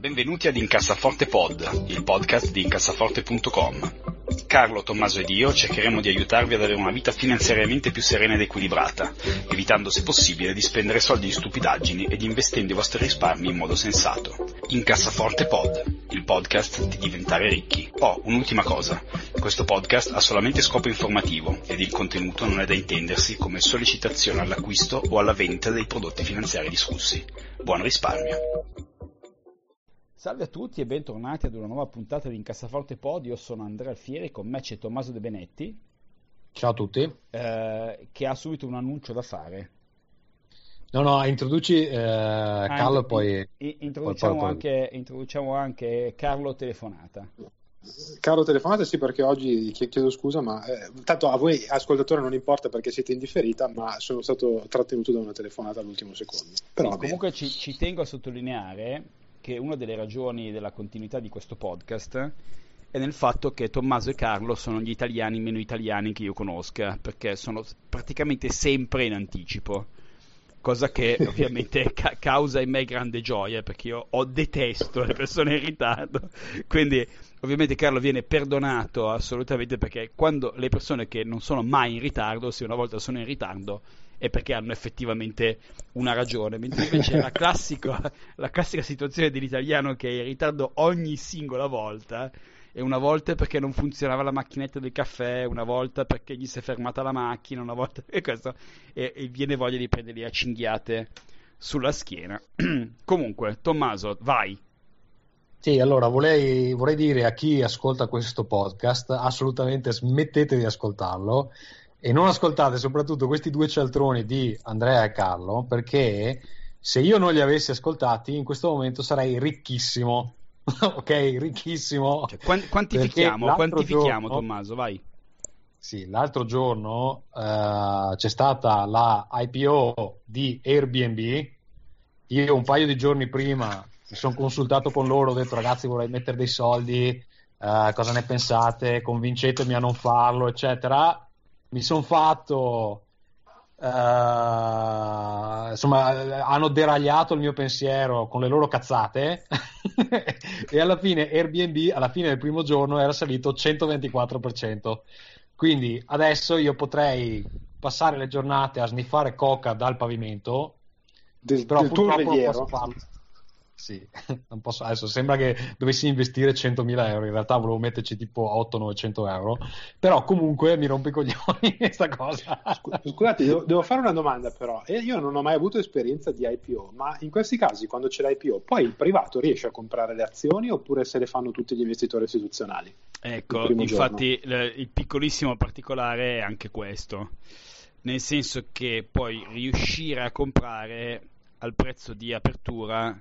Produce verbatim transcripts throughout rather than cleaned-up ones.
Benvenuti ad Incassaforte Pod, il podcast di incassaforte punto com. Carlo, Tommaso ed io cercheremo di aiutarvi ad avere una vita finanziariamente più serena ed equilibrata, evitando se possibile di spendere soldi in stupidaggini ed investendo i vostri risparmi in modo sensato. Incassaforte Pod, il podcast di diventare ricchi. Oh, un'ultima cosa, questo podcast ha solamente scopo informativo ed il contenuto non è da intendersi come sollecitazione all'acquisto o alla vendita dei prodotti finanziari discussi. Buon risparmio! Salve a tutti e bentornati ad una nuova puntata di Incassaforte Pod. Io sono Andrea Alfieri, con me c'è Tommaso De Benetti. Ciao a tutti. Eh, che ha subito un annuncio da fare. No, no, introduci eh, ah, Carlo int- e poi... Introduciamo, poi, poi, anche, introduciamo anche Carlo Telefonata. Carlo Telefonata, sì, perché oggi chiedo scusa, ma eh, tanto a voi ascoltatore non importa perché siete in differita, ma sono stato trattenuto da una telefonata all'ultimo secondo. Però sì, comunque ci, ci tengo a sottolineare che una delle ragioni della continuità di questo podcast è nel fatto che Tommaso e Carlo sono gli italiani meno italiani che io conosca, perché sono praticamente sempre in anticipo, cosa che ovviamente ca- causa in me grande gioia, perché io ho detesto le persone in ritardo. Quindi ovviamente Carlo viene perdonato assolutamente, perché quando le persone che non sono mai in ritardo, se una volta sono in ritardo, è perché hanno effettivamente una ragione, mentre invece la, classico, la classica situazione dell'italiano che è in ritardo ogni singola volta, e una volta perché non funzionava la macchinetta del caffè, una volta perché gli si è fermata la macchina, una volta e questo, e, e viene voglia di prenderli a cinghiate sulla schiena. Comunque, Tommaso, vai. Sì, allora vorrei, vorrei dire a chi ascolta questo podcast, assolutamente smettete di ascoltarlo e non ascoltate soprattutto questi due cialtroni di Andrea e Carlo, perché se io non li avessi ascoltati in questo momento sarei ricchissimo. Ok, ricchissimo. Cioè, quant- quantifichiamo, quantifichiamo giorno, Tommaso, vai. Sì, l'altro giorno uh, c'è stata la I P O di Airbnb. Io un paio di giorni prima mi sono consultato con loro, ho detto ragazzi vorrei mettere dei soldi, uh, cosa ne pensate, convincetemi a non farlo, eccetera. Mi sono fatto, uh, insomma, hanno deragliato il mio pensiero con le loro cazzate e alla fine Airbnb, alla fine del primo giorno, era salito centoventiquattro per cento. Quindi adesso io potrei passare le giornate a sniffare coca dal pavimento, del, però del tuo purtroppo non veliero. posso farlo. Sì, non posso, adesso sembra che dovessi investire centomila euro, in realtà volevo metterci tipo ottocento novecento euro, però comunque mi rompe i coglioni questa cosa. Scusate, devo, devo fare una domanda però, io non ho mai avuto esperienza di I P O, ma in questi casi quando c'è l'I P O, poi il privato riesce a comprare le azioni oppure se le fanno tutti gli investitori istituzionali? Ecco, infatti il, il piccolissimo particolare è anche questo, nel senso che poi riuscire a comprare al prezzo di apertura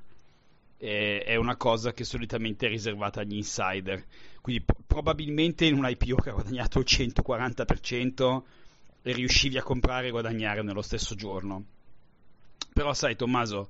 è una cosa che solitamente è riservata agli insider, quindi p- probabilmente in un I P O che ha guadagnato il centoquaranta per cento e riuscivi a comprare e guadagnare nello stesso giorno. Però sai Tommaso,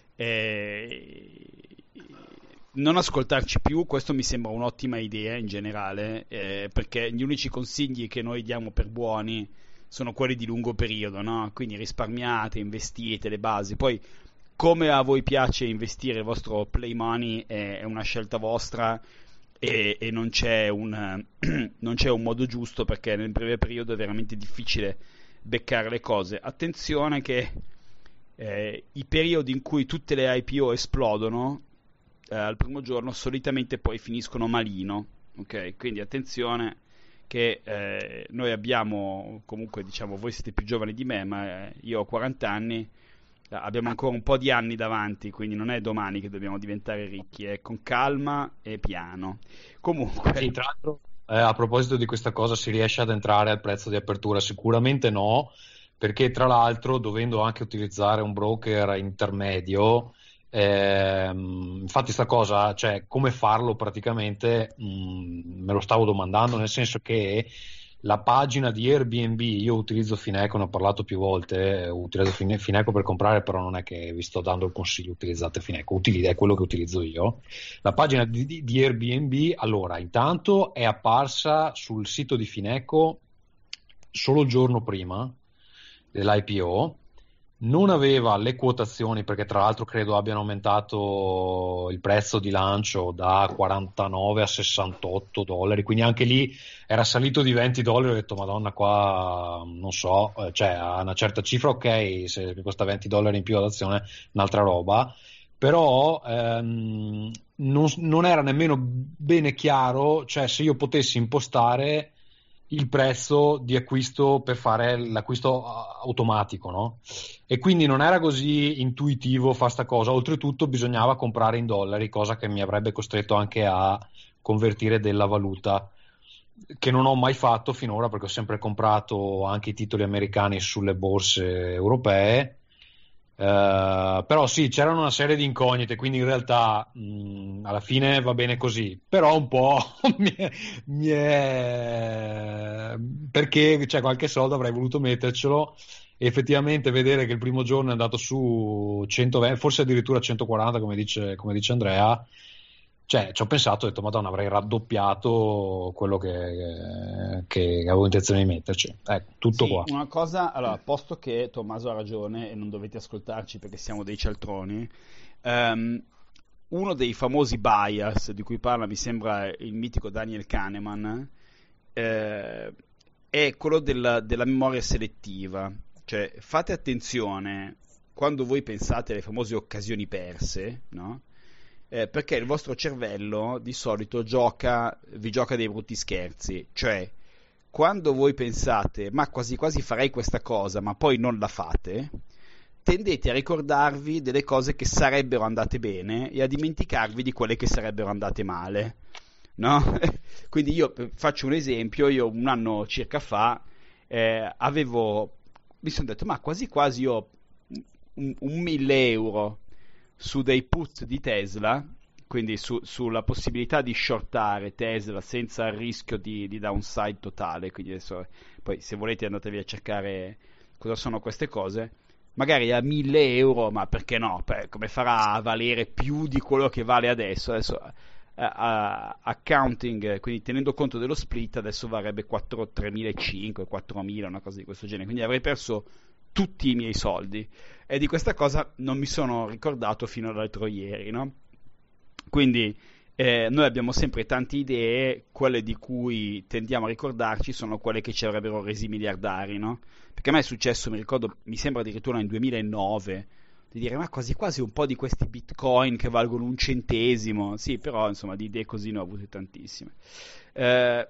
eh, non ascoltarci più, questo mi sembra un'ottima idea in generale, eh, perché gli unici consigli che noi diamo per buoni sono quelli di lungo periodo, no? Quindi risparmiate, investite le basi, poi come a voi piace investire il vostro play money è una scelta vostra e, e non, c'è un, non c'è un modo giusto, perché nel breve periodo è veramente difficile beccare le cose. Attenzione che eh, i periodi in cui tutte le I P O esplodono eh, al primo giorno solitamente poi finiscono malino, ok? Quindi attenzione che eh, noi abbiamo, comunque diciamo voi siete più giovani di me, ma eh, io ho quaranta anni, abbiamo ancora un po' di anni davanti, quindi non è domani che dobbiamo diventare ricchi, è con calma e piano. Comunque, sì, tra l'altro, eh, a proposito di questa cosa, si riesce ad entrare al prezzo di apertura? Sicuramente no, perché tra l'altro dovendo anche utilizzare un broker intermedio, ehm, infatti sta cosa, cioè come farlo praticamente, mh, me lo stavo domandando, nel senso che la pagina di Airbnb, io utilizzo Fineco, ne ho parlato più volte, utilizzo Fine- Fineco per comprare, però non è che vi sto dando il consiglio utilizzate Fineco, utili- è quello che utilizzo io. La pagina di, di, di Airbnb, allora, intanto è apparsa sul sito di Fineco solo il giorno prima dell'I P O, non aveva le quotazioni, perché tra l'altro credo abbiano aumentato il prezzo di lancio da quarantanove a sessantotto dollari, quindi anche lì era salito di venti dollari. Ho detto madonna, qua non so, cioè a una certa cifra ok, se costa venti dollari in più ad azione un'altra roba, però ehm, non, non era nemmeno bene chiaro, cioè se io potessi impostare il prezzo di acquisto per fare l'acquisto automatico, no? E quindi non era così intuitivo fare sta cosa. Oltretutto bisognava comprare in dollari, cosa che mi avrebbe costretto anche a convertire della valuta, che non ho mai fatto finora, perché ho sempre comprato anche i titoli americani sulle borse europee. Uh, però sì, c'erano una serie di incognite, quindi in realtà mh, alla fine va bene così, però un po' mi è, mi è... perché cioè, qualche soldo avrei voluto mettercelo, e effettivamente vedere che il primo giorno è andato su centoventi, forse addirittura centoquaranta, come dice, come dice Andrea, cioè ci ho pensato, ho detto madonna, avrei raddoppiato quello che, che avevo intenzione di metterci. Ecco, tutto Sì, qua. una cosa, allora, posto che Tommaso ha ragione e non dovete ascoltarci perché siamo dei cialtroni, ehm, uno dei famosi bias di cui parla, mi sembra, il mitico Daniel Kahneman, eh, è quello della, della memoria selettiva. Cioè, fate attenzione quando voi pensate alle famose occasioni perse, no? Eh, perché il vostro cervello di solito gioca, vi gioca dei brutti scherzi. Cioè, quando voi pensate, ma quasi quasi farei questa cosa, ma poi non la fate, tendete a ricordarvi delle cose che sarebbero andate bene e a dimenticarvi di quelle che sarebbero andate male, no? Quindi io faccio un esempio, io un anno circa fa eh, avevo, mi sono detto, ma quasi quasi ho un, un mille euro su dei put di Tesla, quindi su, sulla possibilità di shortare Tesla senza il rischio di, di downside totale. Quindi adesso, poi se volete andatevi a cercare cosa sono queste cose, magari a mille euro, ma perché no? Per, come farà a valere più di quello che vale adesso? Adesso a, a, accounting, quindi tenendo conto dello split, adesso varrebbe tremilacinquecento, quattromila, una cosa di questo genere, quindi avrei perso tutti i miei soldi, e di questa cosa non mi sono ricordato fino all'altro ieri, no? Quindi eh, noi abbiamo sempre tante idee, quelle di cui tendiamo a ricordarci sono quelle che ci avrebbero resi miliardari, no? Perché a me è successo, mi ricordo, mi sembra addirittura nel duemilanove, di dire ma quasi quasi un po' di questi bitcoin che valgono un centesimo, sì, però insomma di idee così ne ho avute tantissime. Eh,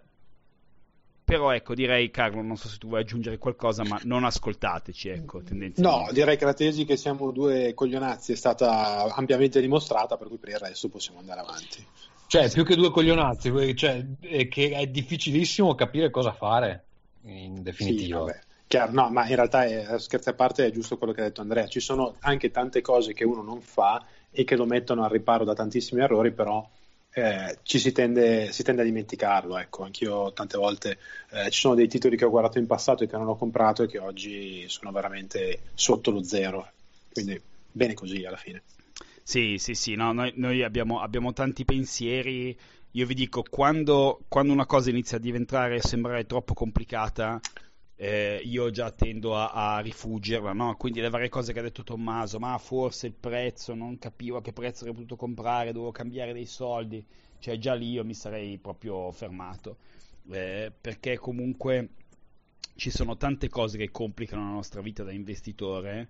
Però ecco, direi, Carlo, non so se tu vuoi aggiungere qualcosa, ma non ascoltateci, ecco, tendenzialmente. No, direi che la tesi che siamo due coglionazzi è stata ampiamente dimostrata, per cui per il resto possiamo andare avanti. Cioè, più che due coglionazzi, cioè, è che è difficilissimo capire cosa fare, in definitiva. Sì, vabbè. Chiaro, no, ma in realtà, è, scherzi a parte, è giusto quello che ha detto Andrea. Ci sono anche tante cose che uno non fa e che lo mettono al riparo da tantissimi errori, però Eh, ci si tende, si tende a dimenticarlo. Ecco, anch'io tante volte eh, ci sono dei titoli che ho guardato in passato e che non ho comprato e che oggi sono veramente sotto lo zero, quindi bene così alla fine. Sì, sì, sì, no, noi, noi abbiamo, abbiamo tanti pensieri. Io vi dico, quando, quando una cosa inizia a diventare, a sembrare troppo complicata, eh, io già tendo a, a rifuggerla, no? Quindi le varie cose che ha detto Tommaso, ma forse il prezzo, non capivo a che prezzo avrei potuto comprare, dovevo cambiare dei soldi, cioè già lì io mi sarei proprio fermato, eh, perché comunque ci sono tante cose che complicano la nostra vita da investitore,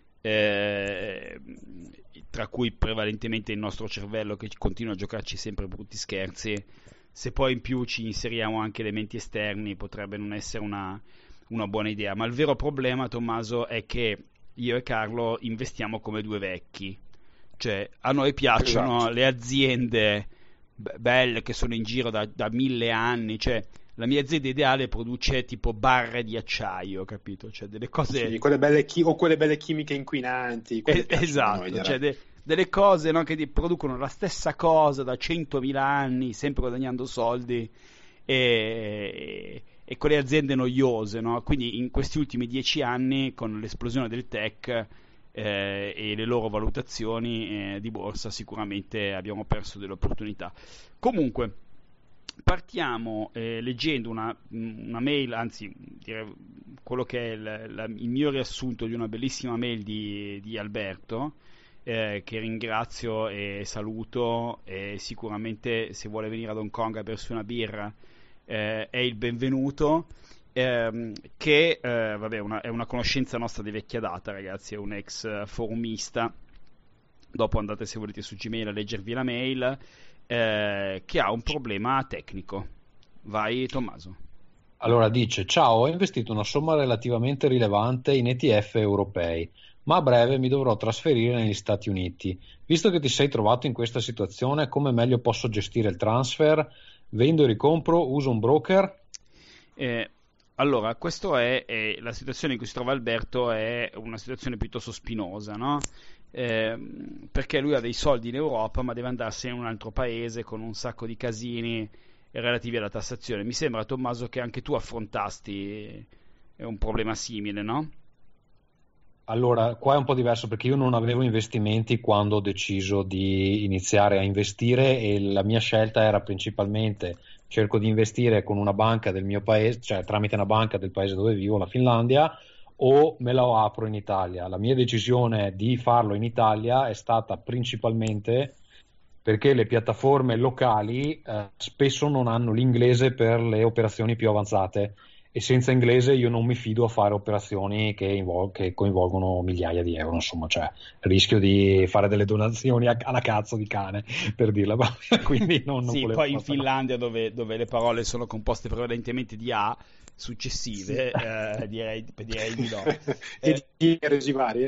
eh, tra cui prevalentemente il nostro cervello che continua a giocarci sempre brutti scherzi. Se poi in più ci inseriamo anche elementi esterni, potrebbe non essere una una buona idea, ma il vero problema, Tommaso, è che io e Carlo investiamo come due vecchi, cioè a noi piacciono Esatto. le aziende be- belle che sono in giro da, da mille anni, cioè la mia azienda ideale produce tipo barre di acciaio, capito? Cioè delle cose... Sì, quelle belle chi- o quelle belle chimiche inquinanti, quelle Eh, piacciono a noi, esatto, direi. cioè de- delle cose, no, che di- producono la stessa cosa da centomila anni, sempre guadagnando soldi, e, e con le aziende noiose, no? Quindi in questi ultimi dieci anni, con l'esplosione del tech eh, e le loro valutazioni eh, di borsa, sicuramente abbiamo perso delle opportunità. Comunque, partiamo eh, leggendo una, una mail, anzi dire, quello che è il, la, il mio riassunto di una bellissima mail di, di Alberto, eh, che ringrazio e saluto, e sicuramente se vuole venire ad Hong Kong a bersi una birra eh, è il benvenuto. Ehm, che eh, vabbè, una, è una conoscenza nostra di vecchia data, ragazzi, è un ex forumista. Dopo andate, se volete, su Gmail a leggervi la mail, eh, che ha un problema tecnico. Vai, Tommaso. Allora dice: ciao, ho investito una somma relativamente rilevante in E T F europei, ma a breve mi dovrò trasferire negli Stati Uniti. Visto che ti sei trovato in questa situazione, come meglio posso gestire il transfer? Vendo e ricompro? Uso un broker? Eh, allora, questa è, è la situazione in cui si trova Alberto, è una situazione piuttosto spinosa, no? Eh, perché lui ha dei soldi in Europa, ma deve andarsene in un altro paese con un sacco di casini relativi alla tassazione. Mi sembra, Tommaso, che anche tu affrontasti un problema simile, no? Allora, qua è un po' diverso perché io non avevo investimenti quando ho deciso di iniziare a investire, e la mia scelta era principalmente: cerco di investire con una banca del mio paese, cioè tramite una banca del paese dove vivo, la Finlandia, o me la apro in Italia. La mia decisione di farlo in Italia è stata principalmente perché le piattaforme locali eh, spesso non hanno l'inglese per le operazioni più avanzate, e senza inglese io non mi fido a fare operazioni che, invol- che coinvolgono migliaia di euro, insomma, cioè rischio di fare delle donazioni a- alla cazzo di cane, per dirla. Quindi non, non sì, volevo poi in fare- Finlandia, dove, dove le parole sono composte prevalentemente di A successive, Sì. eh, direi, direi di no. E Eh, di resi varie.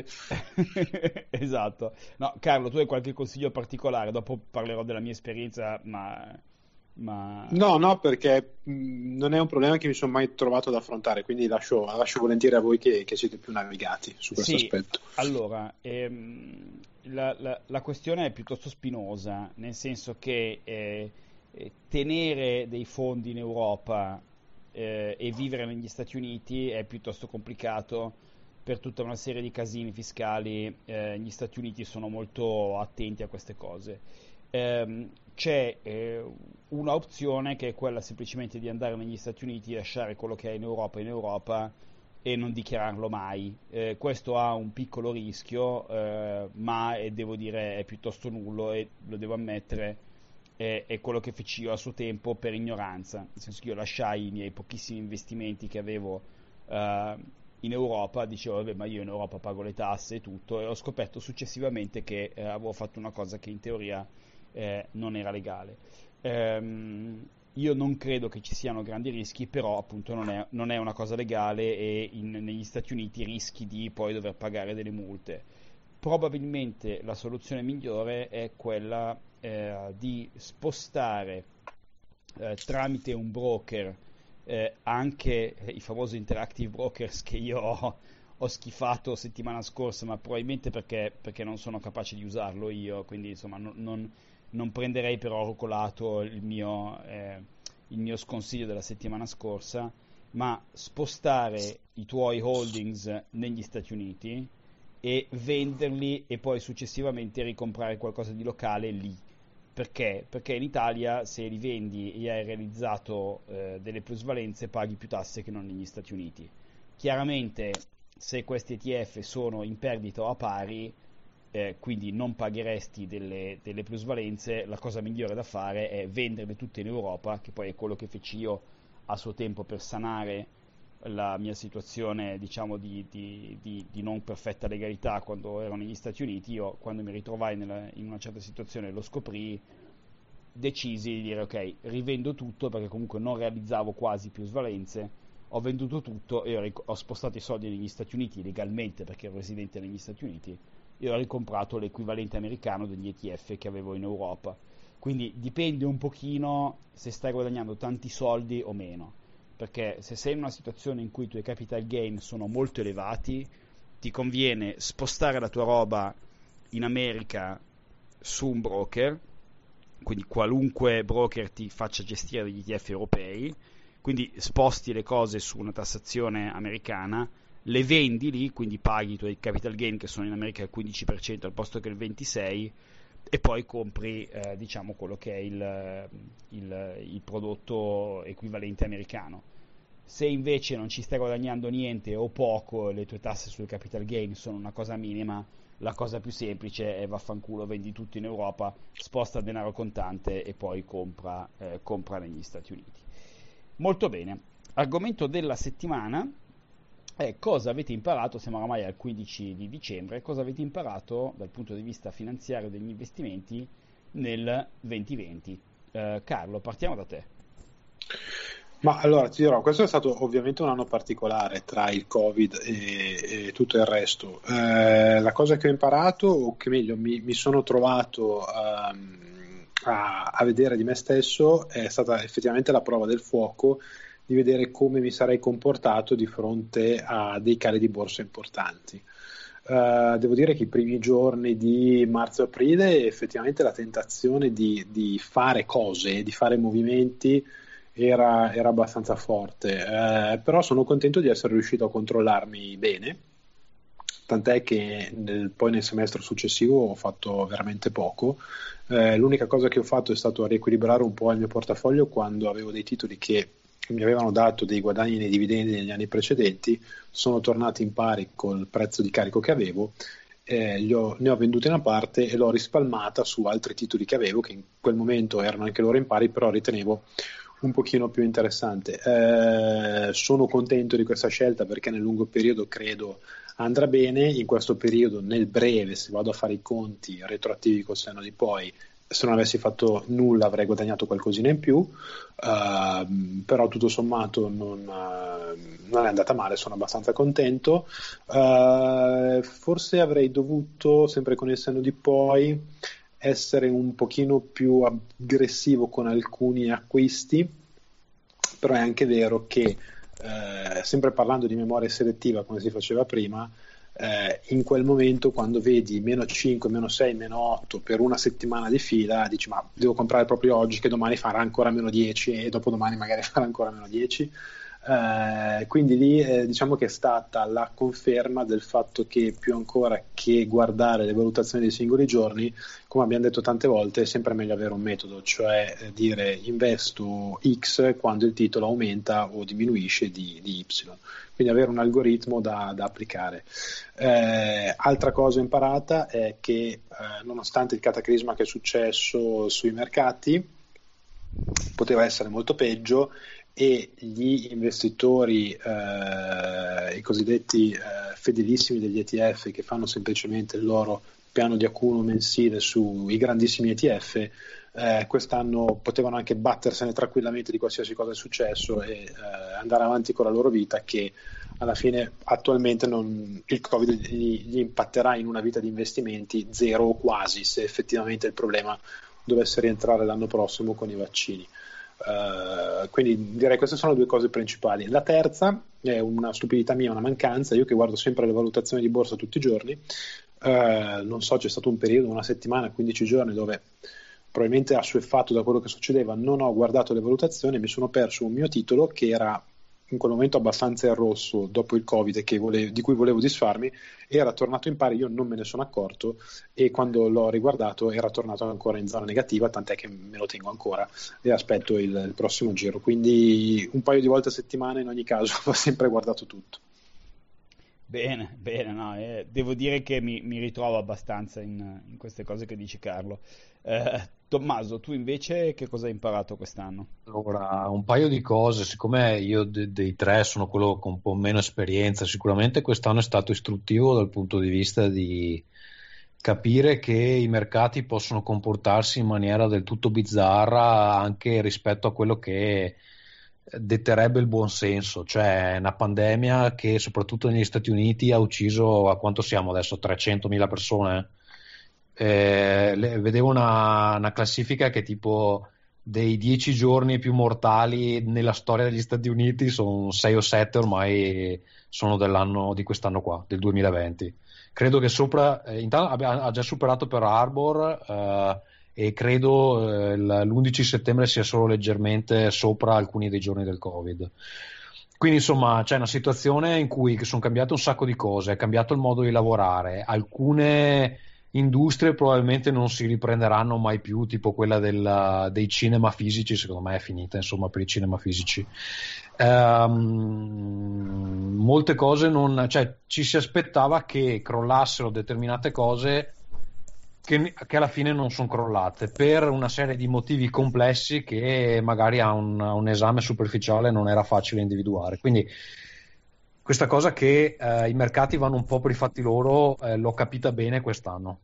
esatto. No, Carlo, tu hai qualche consiglio particolare? Dopo parlerò della mia esperienza, ma... ma... No, no, perché mh, non è un problema che mi sono mai trovato ad affrontare, quindi lascio, lascio volentieri a voi che, che siete più navigati su questo Sì, aspetto. allora, ehm, la, la- la questione è piuttosto spinosa, nel senso che eh, eh, tenere dei fondi in Europa eh, e vivere negli Stati Uniti è piuttosto complicato per tutta una serie di casini fiscali. Eh, gli Stati Uniti sono molto attenti a queste cose. Ehm, c'è eh, una opzione che è quella semplicemente di andare negli Stati Uniti, lasciare quello che è in Europa in Europa e non dichiararlo mai. Eh, questo ha un piccolo rischio, eh, ma eh, devo dire è piuttosto nullo, e lo devo ammettere, è, è quello che feci io a suo tempo per ignoranza, nel senso che io lasciai i miei pochissimi investimenti che avevo eh, in Europa, dicevo vabbè, ma io in Europa pago le tasse e tutto, e ho scoperto successivamente che eh, avevo fatto una cosa che in teoria eh, non era legale. Ehm, io non credo che ci siano grandi rischi, però appunto non è, non è una cosa legale, e in- negli Stati Uniti rischi di poi dover pagare delle multe. Probabilmente la soluzione migliore è quella eh, di spostare eh, tramite un broker, eh, anche eh, i famosi interactive brokers che io ho, ho schifato settimana scorsa, ma probabilmente perché, perché non sono capace di usarlo io, quindi insomma non, non- non prenderei per oro colato il mio, eh, il mio sconsiglio della settimana scorsa, ma spostare i tuoi holdings negli Stati Uniti e venderli, e poi successivamente ricomprare qualcosa di locale lì. Perché? Perché in Italia, se li vendi e hai realizzato eh, delle plusvalenze, paghi più tasse che non negli Stati Uniti. Chiaramente, se questi E T F sono in perdita o a pari, eh, quindi non pagheresti delle, delle plusvalenze, la cosa migliore da fare è venderle tutte in Europa, che poi è quello che feci io a suo tempo per sanare la mia situazione, diciamo, di, di- di- di non perfetta legalità quando ero negli Stati Uniti. Io, quando mi ritrovai nella- in una certa situazione e lo scoprì, decisi di dire ok, rivendo tutto, perché comunque non realizzavo quasi plusvalenze. Ho venduto tutto e ho, ric- ho spostato i soldi negli Stati Uniti legalmente, perché ero residente negli Stati Uniti, e ho ricomprato l'equivalente americano degli E T F che avevo in Europa. Quindi dipende un pochino se stai guadagnando tanti soldi o meno, perché se sei in una situazione in cui i tuoi capital gain sono molto elevati, ti conviene spostare la tua roba in America su un broker, quindi qualunque broker ti faccia gestire degli E T F europei, quindi sposti le cose su una tassazione americana, le vendi lì, quindi paghi i tuoi capital gain che sono in America il quindici per cento al posto che il ventisei per cento, e poi compri eh, diciamo quello che è il, il, il prodotto equivalente americano. Se invece non ci stai guadagnando niente o poco, le tue tasse sul capital gain sono una cosa minima, la cosa più semplice è vaffanculo, vendi tutto in Europa, sposta denaro contante e poi compra, eh, compra negli Stati Uniti. Molto bene, argomento della settimana è cosa avete imparato, siamo oramai al quindici di dicembre, cosa avete imparato dal punto di vista finanziario degli investimenti nel duemilaventi. Eh, Carlo, partiamo da te. Ma allora ti dirò, questo è stato ovviamente un anno particolare tra il Covid e, e tutto il resto. Eh, la cosa che ho imparato, o che meglio mi, mi sono trovato um, a, a vedere di me stesso, è stata effettivamente la prova del fuoco di vedere come mi sarei comportato di fronte a dei cali di borsa importanti. Uh, devo dire che i primi giorni di marzo-aprile effettivamente la tentazione di, di fare cose, di fare movimenti era, era abbastanza forte, uh, però sono contento di essere riuscito a controllarmi bene, tant'è che nel, poi nel semestre successivo ho fatto veramente poco. Uh, l'unica cosa che ho fatto è stato riequilibrare un po' il mio portafoglio quando avevo dei titoli che mi avevano dato dei guadagni nei dividendi negli anni precedenti, sono tornati in pari col prezzo di carico che avevo, eh, li ho, ne ho vendute una parte e l'ho rispalmata su altri titoli che avevo, che in quel momento erano anche loro in pari, però ritenevo un pochino più interessante. Eh, sono contento di questa scelta perché nel lungo periodo credo andrà bene, in questo periodo nel breve, se vado a fare i conti retroattivi col senno di poi, se non avessi fatto nulla avrei guadagnato qualcosina in più, uh, però tutto sommato non, uh, non è andata male, sono abbastanza contento. Uh, forse avrei dovuto, sempre con il senno di poi, essere un pochino più aggressivo con alcuni acquisti, però è anche vero che, uh, sempre parlando di memoria selettiva come si faceva prima, Eh, in quel momento quando vedi meno cinque, meno sei, meno otto per una settimana di fila dici ma devo comprare proprio oggi che domani farà ancora meno dieci e dopodomani magari farà ancora meno dieci. Eh, quindi lì eh, diciamo che è stata la conferma del fatto che più ancora che guardare le valutazioni dei singoli giorni, come abbiamo detto tante volte, è sempre meglio avere un metodo, cioè eh, dire investo X quando il titolo aumenta o diminuisce di, di Y, quindi avere un algoritmo da, da applicare. Eh, altra cosa imparata è che eh, nonostante il cataclisma che è successo sui mercati poteva essere molto peggio, e gli investitori, eh, i cosiddetti eh, fedelissimi degli E T F, che fanno semplicemente il loro piano di accumulo mensile sui grandissimi E T F, eh, quest'anno potevano anche battersene tranquillamente di qualsiasi cosa è successo e eh, andare avanti con la loro vita, che alla fine attualmente non, il Covid gli, gli impatterà in una vita di investimenti zero o quasi, se effettivamente il problema dovesse rientrare l'anno prossimo con i vaccini. Uh, quindi direi queste sono le due cose principali. La terza è una stupidità mia, una mancanza. Io che guardo sempre le valutazioni di borsa tutti i giorni, uh, non so, c'è stato un periodo, una settimana, quindici giorni dove probabilmente assuefatto da quello che succedeva non ho guardato le valutazioni e mi sono perso un mio titolo che era in quel momento abbastanza in rosso dopo il Covid e che volevo, di cui volevo disfarmi, era tornato in pari, io non me ne sono accorto, e quando l'ho riguardato era tornato ancora in zona negativa, tant'è che me lo tengo ancora e aspetto il, il prossimo giro, quindi un paio di volte a settimana in ogni caso va sempre guardato tutto. Bene, bene, no, eh, devo dire che mi, mi ritrovo abbastanza in, in queste cose che dice Carlo. Eh, Tommaso, tu invece che cosa hai imparato quest'anno? Allora, un paio di cose, siccome io de- dei tre sono quello con un po' meno esperienza, sicuramente quest'anno è stato istruttivo dal punto di vista di capire che i mercati possono comportarsi in maniera del tutto bizzarra anche rispetto a quello che detterebbe il buon senso, cioè una pandemia che soprattutto negli Stati Uniti ha ucciso, a quanto siamo adesso, trecentomila persone. Eh, le, vedevo una, una classifica che tipo dei dieci giorni più mortali nella storia degli Stati Uniti sono sei o sette ormai sono dell'anno di quest'anno qua, del duemilaventi. Credo che sopra, eh, intanto abbia, ha già superato per Arbor, eh, e credo eh, l'undici settembre sia solo leggermente sopra alcuni dei giorni del Covid. Quindi insomma c'è una situazione in cui sono cambiate un sacco di cose, è cambiato il modo di lavorare, alcune industrie probabilmente non si riprenderanno mai più, tipo quella del, dei cinema fisici, secondo me è finita, insomma, per i cinema fisici. Um, molte cose non, cioè ci si aspettava che crollassero determinate cose che, che alla fine non sono crollate per una serie di motivi complessi che magari a un, a un esame superficiale non era facile individuare. Quindi questa cosa che eh, i mercati vanno un po' per i fatti loro eh, l'ho capita bene quest'anno.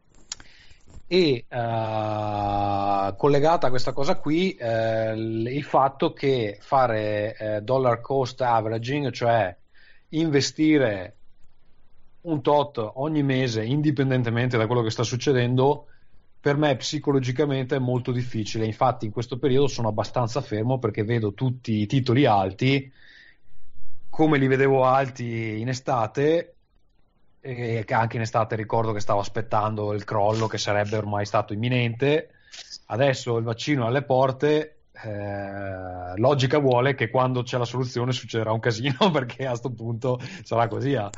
E uh, collegata a questa cosa qui eh, il fatto che fare eh, dollar cost averaging, cioè investire un tot ogni mese indipendentemente da quello che sta succedendo, per me psicologicamente è molto difficile. Infatti in questo periodo sono abbastanza fermo perché vedo tutti i titoli alti come li vedevo alti in estate, e che anche in estate ricordo che stavo aspettando il crollo che sarebbe ormai stato imminente. Adesso il vaccino è alle porte, eh, logica vuole che quando c'è la soluzione succederà un casino perché a sto punto sarà così. Eh.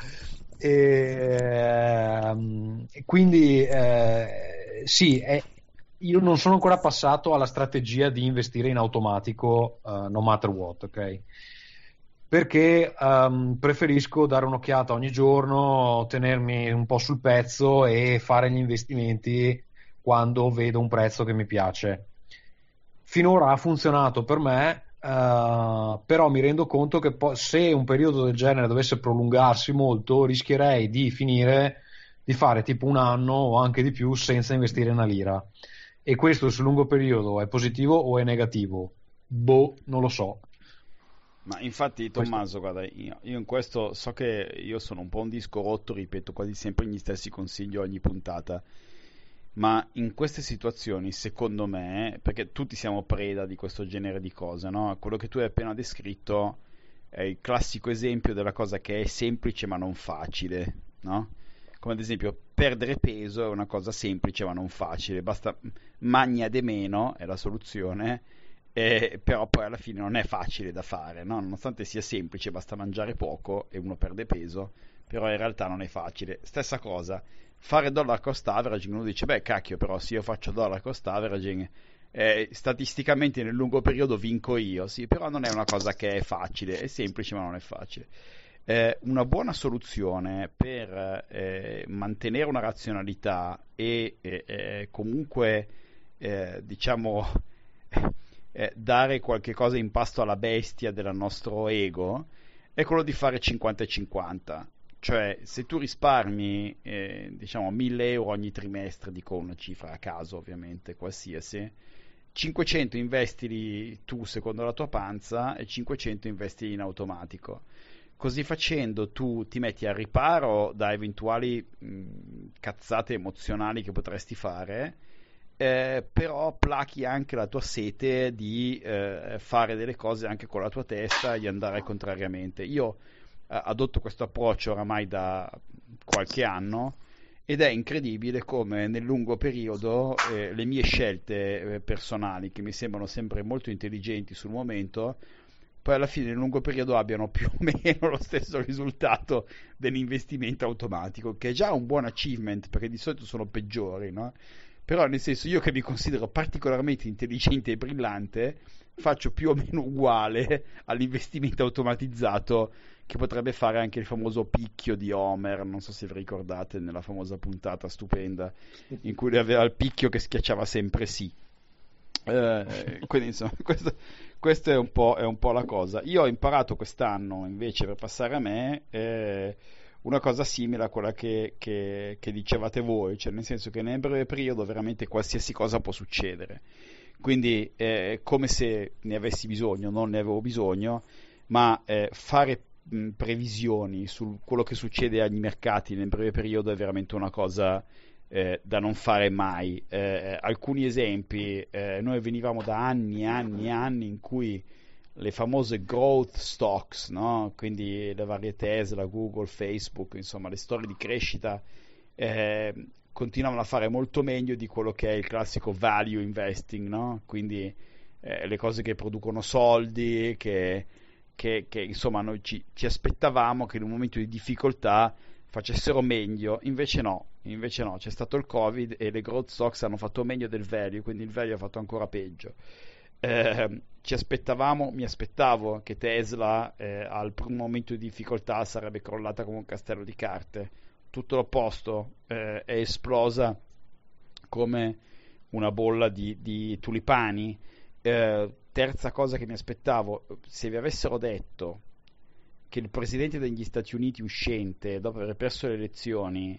E, e quindi eh, sì, è, io non sono ancora passato alla strategia di investire in automatico uh, no matter what, ok? Perché um, preferisco dare un'occhiata ogni giorno, tenermi un po' sul pezzo e fare gli investimenti quando vedo un prezzo che mi piace. Finora ha funzionato per me, uh, però mi rendo conto che po- se un periodo del genere dovesse prolungarsi molto, rischierei di finire di fare tipo un anno o anche di più senza investire una lira. E questo sul lungo periodo è positivo o è negativo? Boh, non lo so. Ma infatti Tommaso, guarda, io, io in questo so che io sono un po' un disco rotto, ripeto quasi sempre gli stessi consigli ogni puntata, ma in queste situazioni, secondo me, perché tutti siamo preda di questo genere di cose, no? Quello che tu hai appena descritto è il classico esempio della cosa che è semplice ma non facile, no? Come ad esempio perdere peso è una cosa semplice ma non facile, basta magna de meno, è la soluzione. Eh, però poi alla fine non è facile da fare, no? Nonostante sia semplice, basta mangiare poco e uno perde peso, però in realtà non è facile. Stessa cosa, fare dollar cost averaging, uno dice, beh cacchio, però se io faccio dollar cost averaging, eh, statisticamente nel lungo periodo vinco io, sì, però non è una cosa che è facile, è semplice ma non è facile. Eh, una buona soluzione per eh, mantenere una razionalità e eh, eh, comunque, eh, diciamo... Eh, dare qualche cosa in pasto alla bestia del nostro ego è quello di fare cinquanta e cinquanta, cioè se tu risparmi eh, diciamo mille euro ogni trimestre, dico una cifra a caso ovviamente qualsiasi, cinquecento investili tu secondo la tua panza e cinquecento investili in automatico. Così facendo tu ti metti al riparo da eventuali mh, cazzate emozionali che potresti fare. Eh, però plachi anche la tua sete di eh, fare delle cose anche con la tua testa e di andare contrariamente. Io eh, adotto questo approccio oramai da qualche anno ed è incredibile come nel lungo periodo eh, le mie scelte eh, personali, che mi sembrano sempre molto intelligenti sul momento, poi alla fine nel lungo periodo abbiano più o meno lo stesso risultato dell'investimento automatico, che è già un buon achievement perché di solito sono peggiori, no? Però nel senso, io che mi considero particolarmente intelligente e brillante faccio più o meno uguale all'investimento automatizzato che potrebbe fare anche il famoso picchio di Homer, non so se vi ricordate, nella famosa puntata stupenda in cui lui aveva il picchio che schiacciava sempre sì. Eh, quindi insomma questo, questo è un po', è un po' la cosa. Io ho imparato quest'anno invece, per passare a me, eh, una cosa simile a quella che, che, che dicevate voi, cioè nel senso che nel breve periodo veramente qualsiasi cosa può succedere, quindi è come se ne avessi bisogno, non ne avevo bisogno, ma eh, fare mh, previsioni su quello che succede agli mercati nel breve periodo è veramente una cosa eh, da non fare mai. Eh, alcuni esempi, eh, noi venivamo da anni e anni e anni in cui le famose growth stocks, no? Quindi le varie Tesla, Google, Facebook, insomma le storie di crescita eh, continuavano a fare molto meglio di quello che è il classico value investing, no? Quindi eh, le cose che producono soldi, che, che, che insomma noi ci, ci aspettavamo che in un momento di difficoltà facessero meglio, invece no, invece no, c'è stato il Covid e le growth stocks hanno fatto meglio del value, quindi il value ha fatto ancora peggio. Eh, ci aspettavamo, mi aspettavo che Tesla eh, al primo momento di difficoltà sarebbe crollata come un castello di carte, tutto l'opposto, eh, è esplosa come una bolla di, di tulipani. Eh, terza cosa che mi aspettavo, se vi avessero detto che il presidente degli Stati Uniti uscente, dopo aver perso le elezioni,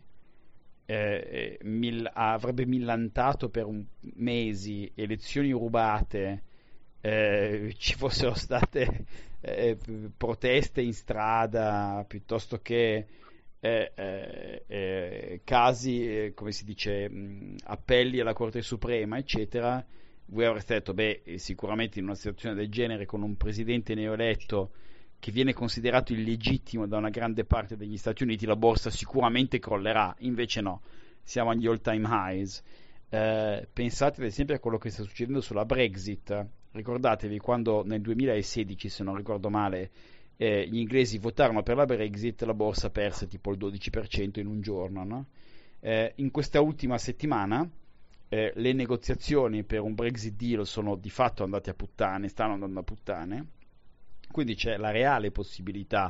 eh, mil- avrebbe millantato per un- mesi elezioni rubate, eh, ci fossero state eh, proteste in strada piuttosto che eh, eh, eh, casi, eh, come si dice, mh, appelli alla Corte Suprema, eccetera, voi avreste detto, beh, sicuramente in una situazione del genere, con un presidente neoeletto che viene considerato illegittimo da una grande parte degli Stati Uniti, la borsa sicuramente crollerà. Invece no, siamo agli all time highs. Eh, pensate ad esempio a quello che sta succedendo sulla Brexit. Ricordatevi quando nel duemilasedici, se non ricordo male, eh, gli inglesi votarono per la Brexit, la borsa perse tipo il dodici per cento in un giorno, no? Eh, in questa ultima settimana eh, le negoziazioni per un Brexit deal sono di fatto andate a puttane, stanno andando a puttane, quindi c'è la reale possibilità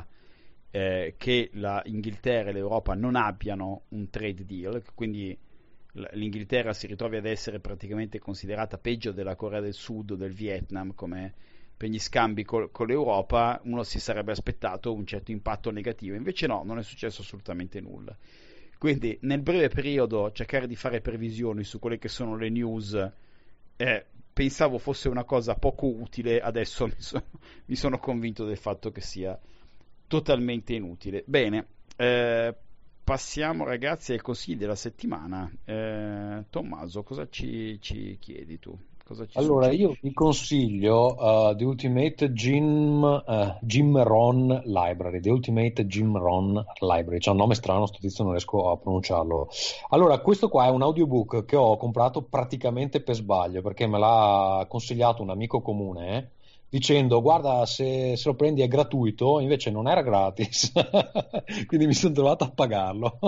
eh, che la Inghilterra e l'Europa non abbiano un trade deal, quindi l'Inghilterra si ritrovi ad essere praticamente considerata peggio della Corea del Sud o del Vietnam come per gli scambi col, con l'Europa. Uno si sarebbe aspettato un certo impatto negativo, invece no, non è successo assolutamente nulla. Quindi nel breve periodo cercare di fare previsioni su quelle che sono le news eh, pensavo fosse una cosa poco utile, adesso mi sono, mi sono convinto del fatto che sia totalmente inutile. Bene, eh, passiamo ragazzi ai consigli della settimana. eh, Tommaso, cosa ci, ci chiedi tu? Cosa ci Allora, suggerisci? io vi consiglio uh, The Ultimate Jim, uh, Jim Rohn Library. The Ultimate Jim Rohn Library. C'è un nome strano, sto tizio non riesco a pronunciarlo. Allora, questo qua è un audiobook che ho comprato praticamente per sbaglio, perché me l'ha consigliato un amico comune, eh, dicendo guarda se, se lo prendi è gratuito, invece non era gratis, quindi mi sono trovato a pagarlo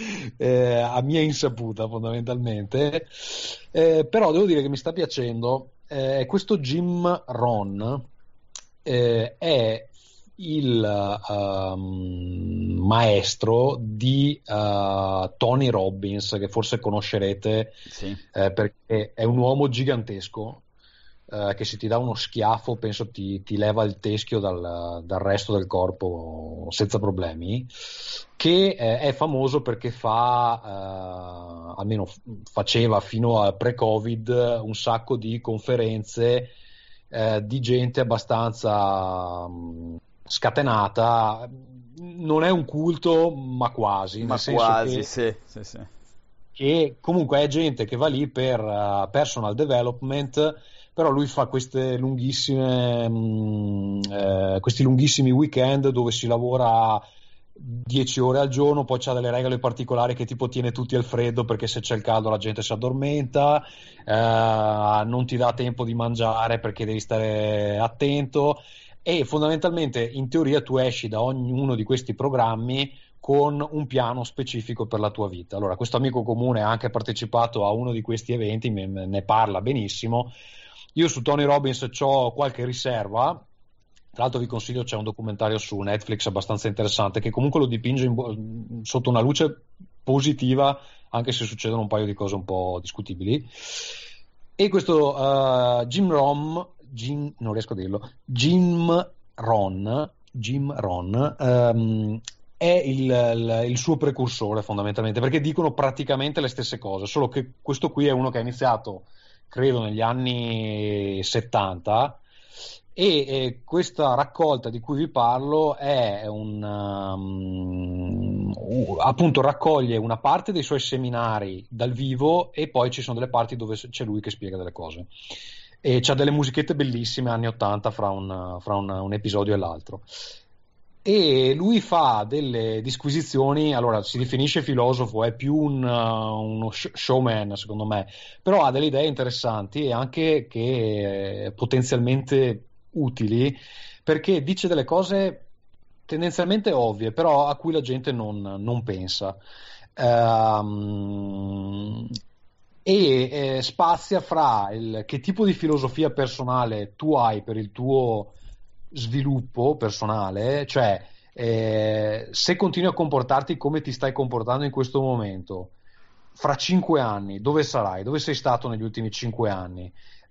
eh, a mia insaputa fondamentalmente. Eh, però devo dire che mi sta piacendo. Eh, questo Jim Rohn eh, è il um, maestro di uh, Tony Robbins, che forse conoscerete, Sì. eh, perché è un uomo gigantesco eh, che se ti dà uno schiaffo penso ti, ti leva il teschio dal, dal resto del corpo senza problemi, che eh, è famoso perché fa eh, almeno f- faceva fino a pre-Covid un sacco di conferenze eh, di gente abbastanza mh, scatenata. Non è un culto, ma quasi, Ma nel senso quasi, che sì, sì, sì. che comunque è gente che va lì per uh, personal development, però lui fa queste lunghissime mh, eh, questi lunghissimi weekend dove si lavora dieci ore al giorno, poi c'ha delle regole particolari che tipo tiene tutti al freddo perché se c'è il caldo la gente si addormenta, eh, non ti dà tempo di mangiare perché devi stare attento, e fondamentalmente in teoria tu esci da ognuno di questi programmi con un piano specifico per la tua vita. Allora, questo amico comune ha anche partecipato a uno di questi eventi, me, ne parla benissimo. Io su Tony Robbins ho qualche riserva. Tra l'altro vi consiglio, c'è un documentario su Netflix abbastanza interessante che comunque lo dipinge in, sotto una luce positiva, anche se succedono un paio di cose un po' discutibili. E questo uh, Jim Rohn, Jim, non riesco a dirlo, Jim Rohn, Jim Rohn um, è il, il, il suo precursore fondamentalmente, perché dicono praticamente le stesse cose, solo che questo qui è uno che ha iniziato credo negli anni settanta, e eh, questa raccolta di cui vi parlo è un um, uh, appunto raccoglie una parte dei suoi seminari dal vivo e poi ci sono delle parti dove c'è lui che spiega delle cose, e c'ha delle musichette bellissime anni ottanta fra un, fra un, un episodio e l'altro. E lui fa delle disquisizioni, allora si definisce filosofo, è più un, uh, uno showman secondo me, però ha delle idee interessanti e anche che eh, potenzialmente utili, perché dice delle cose tendenzialmente ovvie, però a cui la gente non, non pensa. ehm, e eh, spazia fra il, che tipo di filosofia personale tu hai per il tuo sviluppo personale, cioè eh, se continui a comportarti come ti stai comportando in questo momento, fra cinque anni dove sarai? Dove sei stato negli ultimi cinque anni?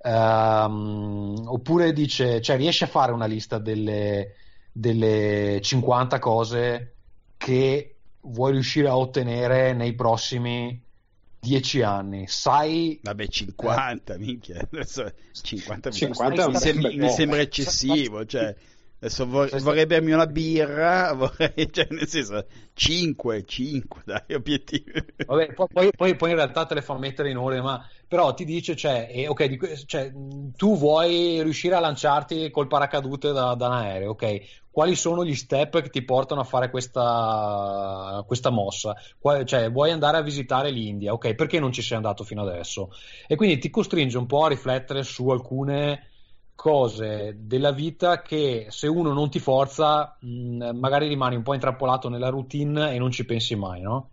Um, oppure dice, cioè riesci a fare una lista delle, delle cinquanta cose che vuoi riuscire a ottenere nei prossimi dieci anni? Sai, vabbè, cinquanta, eh, minchia, adesso cinquanta, cinquanta mi, sem- mi sembra eccessivo, cioè adesso vor- vorrei bermi una birra, vorrei, cioè nel senso cinque, cinque, dai, obiettivi. Vabbè, poi, poi, poi in realtà te le fa mettere in ordine, ma però ti dice, cioè, eh, ok, di, cioè, tu vuoi riuscire a lanciarti col paracadute da, da un aereo, ok? Quali sono gli step che ti portano a fare questa, questa mossa? Qual, cioè, vuoi andare a visitare l'India, ok? Perché non ci sei andato fino adesso? E quindi ti costringe un po' a riflettere su alcune cose della vita che se uno non ti forza mh, magari rimani un po' intrappolato nella routine e non ci pensi mai, no?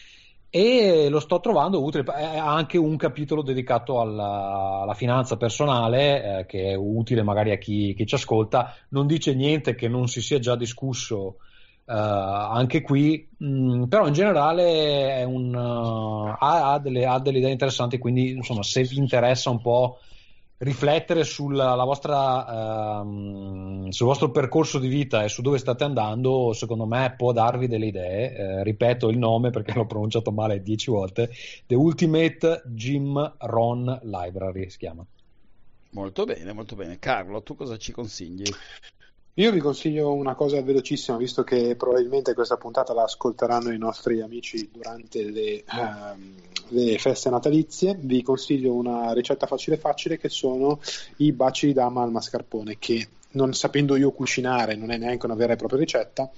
E lo sto trovando utile, ha anche un capitolo dedicato alla, alla finanza personale, eh, che è utile magari a chi, chi ci ascolta. Non dice niente che non si sia già discusso Uh, anche qui, mh, però in generale è un, uh, ha, ha, delle, ha delle idee interessanti, quindi insomma se vi interessa un po' riflettere sulla la vostra, uh, sul vostro percorso di vita e su dove state andando, secondo me può darvi delle idee. Uh, ripeto il nome perché l'ho pronunciato male dieci volte: The Ultimate Jim Rohn Library si chiama. Molto bene, molto bene. Carlo, tu cosa ci consigli? Io vi consiglio una cosa velocissima, visto che probabilmente questa puntata la ascolteranno i nostri amici durante le, um, le feste natalizie. Vi consiglio una ricetta facile facile, che sono i baci di dama al mascarpone, che non sapendo io cucinare non è neanche una vera e propria ricetta,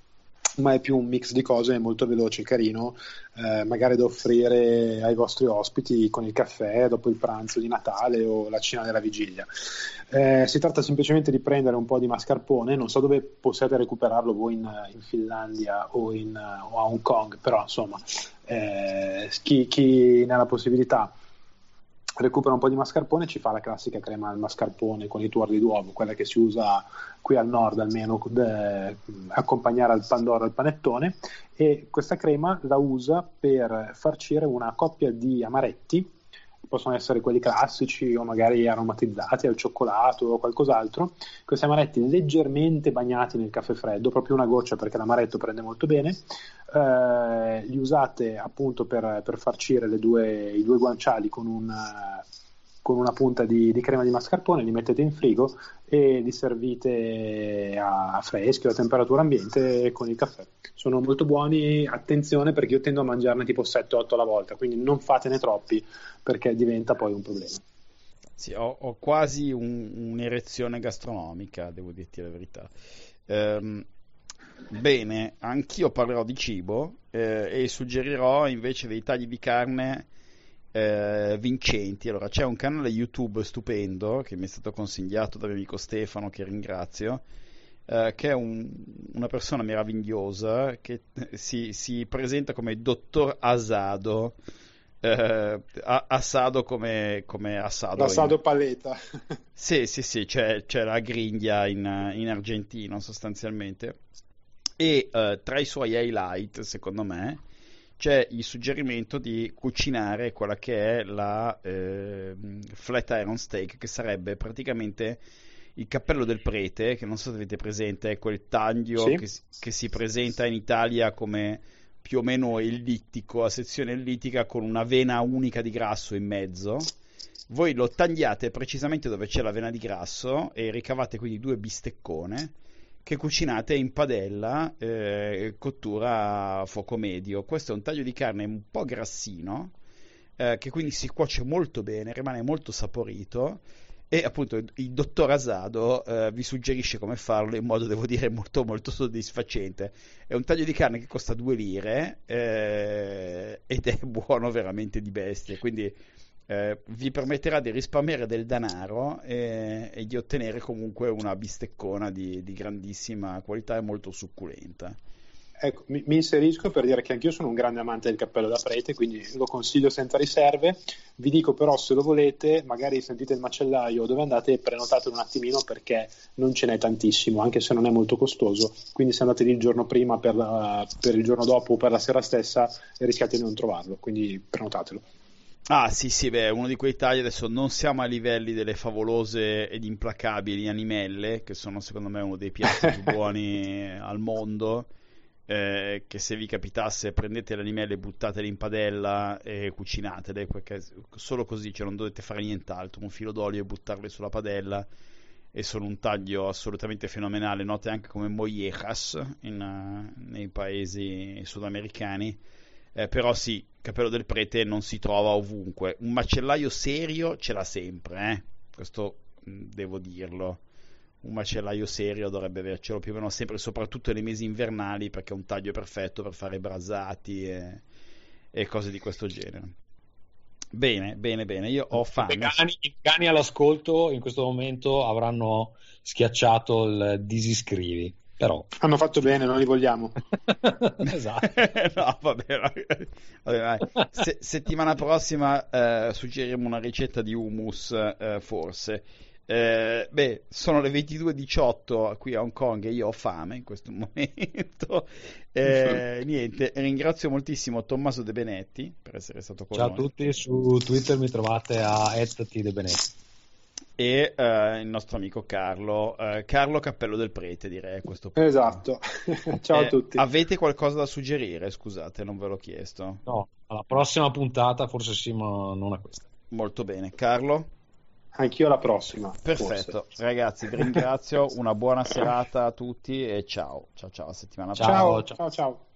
ma è più un mix di cose molto veloce e carino, eh, magari da offrire ai vostri ospiti con il caffè dopo il pranzo di Natale o la cena della vigilia. Eh, si tratta semplicemente di prendere un po' di mascarpone, non so dove possiate recuperarlo voi in, in Finlandia o, in, o a Hong Kong, però insomma eh, chi, chi ne ha la possibilità recupera un po' di mascarpone, ci fa la classica crema al mascarpone con i tuorli d'uovo, quella che si usa qui al nord almeno, de, accompagnare al pandoro al panettone, e questa crema la usa per farcire una coppia di amaretti, possono essere quelli classici o magari aromatizzati al cioccolato o qualcos'altro. Questi amaretti leggermente bagnati nel caffè freddo, proprio una goccia perché l'amaretto prende molto bene, eh, li usate appunto per, per farcire le due, i due guanciali con, un, con una punta di, di crema di mascarpone, li mettete in frigo e li servite a freschi o a temperatura ambiente con il caffè. Sono molto buoni, attenzione perché io tendo a mangiarne tipo sette otto alla volta, quindi non fatene troppi perché diventa poi un problema. Sì, ho, ho quasi un, un'erezione gastronomica, devo dirti la verità. Ehm, bene, anch'io parlerò di cibo eh, e suggerirò invece dei tagli di carne eh, vincenti. Allora, c'è un canale YouTube stupendo che mi è stato consigliato dal mio amico Stefano, che ringrazio, eh, che è un, una persona meravigliosa che si, si presenta come Dottor Asado. Uh, assado come, come assado l'assado in... paleta. sì sì sì c'è, c'è la griglia in, in argentino sostanzialmente, e uh, tra i suoi highlight secondo me c'è il suggerimento di cucinare quella che è la eh, flat iron steak, che sarebbe praticamente il cappello del prete, che non so se avete presente, è quel taglio sì. che, che si presenta in Italia come più o meno ellittico, a sezione ellittica, con una vena unica di grasso in mezzo. Voi lo tagliate precisamente dove c'è la vena di grasso e ricavate quindi due bisteccone che cucinate in padella, eh, cottura a fuoco medio. Questo è un taglio di carne un po' grassino, eh, che quindi si cuoce molto bene, rimane molto saporito, e appunto il dottor Asado eh, vi suggerisce come farlo in modo, devo dire, molto molto soddisfacente. È un taglio di carne che costa due lire eh, ed è buono veramente di bestia, quindi eh, vi permetterà di risparmiare del denaro e, e di ottenere comunque una bisteccona di, di grandissima qualità e molto succulenta. ecco, mi, mi inserisco per dire che anch'io sono un grande amante del cappello da prete, quindi lo consiglio senza riserve. Vi dico però, se lo volete, magari sentite il macellaio dove andate, prenotatelo un attimino perché non ce n'è tantissimo, anche se non è molto costoso, quindi se andate lì il giorno prima per, la, per il giorno dopo o per la sera stessa rischiate di non trovarlo, quindi prenotatelo. Ah sì sì, beh, uno di quei tagli. Adesso non siamo a livelli delle favolose ed implacabili animelle, che sono secondo me uno dei piatti più buoni al mondo, eh, che se vi capitasse prendete le animelle, buttatele in padella e cucinatele, perché solo così, cioè non dovete fare nient'altro, un filo d'olio e buttarle sulla padella, e sono un taglio assolutamente fenomenale, note anche come mollejas in, uh, nei paesi sudamericani. Eh, però sì, Cappello del Prete non si trova ovunque. Un macellaio serio ce l'ha sempre, eh? Questo mh, devo dirlo. Un macellaio serio dovrebbe avercelo più o meno sempre, soprattutto nei mesi invernali, perché è un taglio perfetto per fare brasati e, e cose di questo genere. Bene, bene, bene, io ho fame. I vegani, i vegani all'ascolto in questo momento avranno schiacciato il disiscrivi. Però hanno fatto bene, non li vogliamo. Esatto. No, vabbè, vabbè, vabbè. Se, settimana prossima eh, suggeriremo una ricetta di hummus, eh, forse. Eh, beh, sono le ventidue e diciotto qui a Hong Kong e io ho fame in questo momento. Eh, niente, ringrazio moltissimo Tommaso De Benetti per essere stato con Ciao noi. Ciao a tutti, su Twitter mi trovate a at t de benetti. E uh, il nostro amico Carlo, uh, Carlo Cappello del Prete, direi a questo punto. Esatto. Ciao eh, a tutti. Avete qualcosa da suggerire? Scusate, non ve l'ho chiesto. No, alla prossima puntata forse sì, ma non a questa. Molto bene. Carlo? Anch'io alla prossima. Perfetto. Forse. Ragazzi, vi ringrazio, una buona serata a tutti e ciao. Ciao ciao, a settimana ciao, prossima. ciao ciao.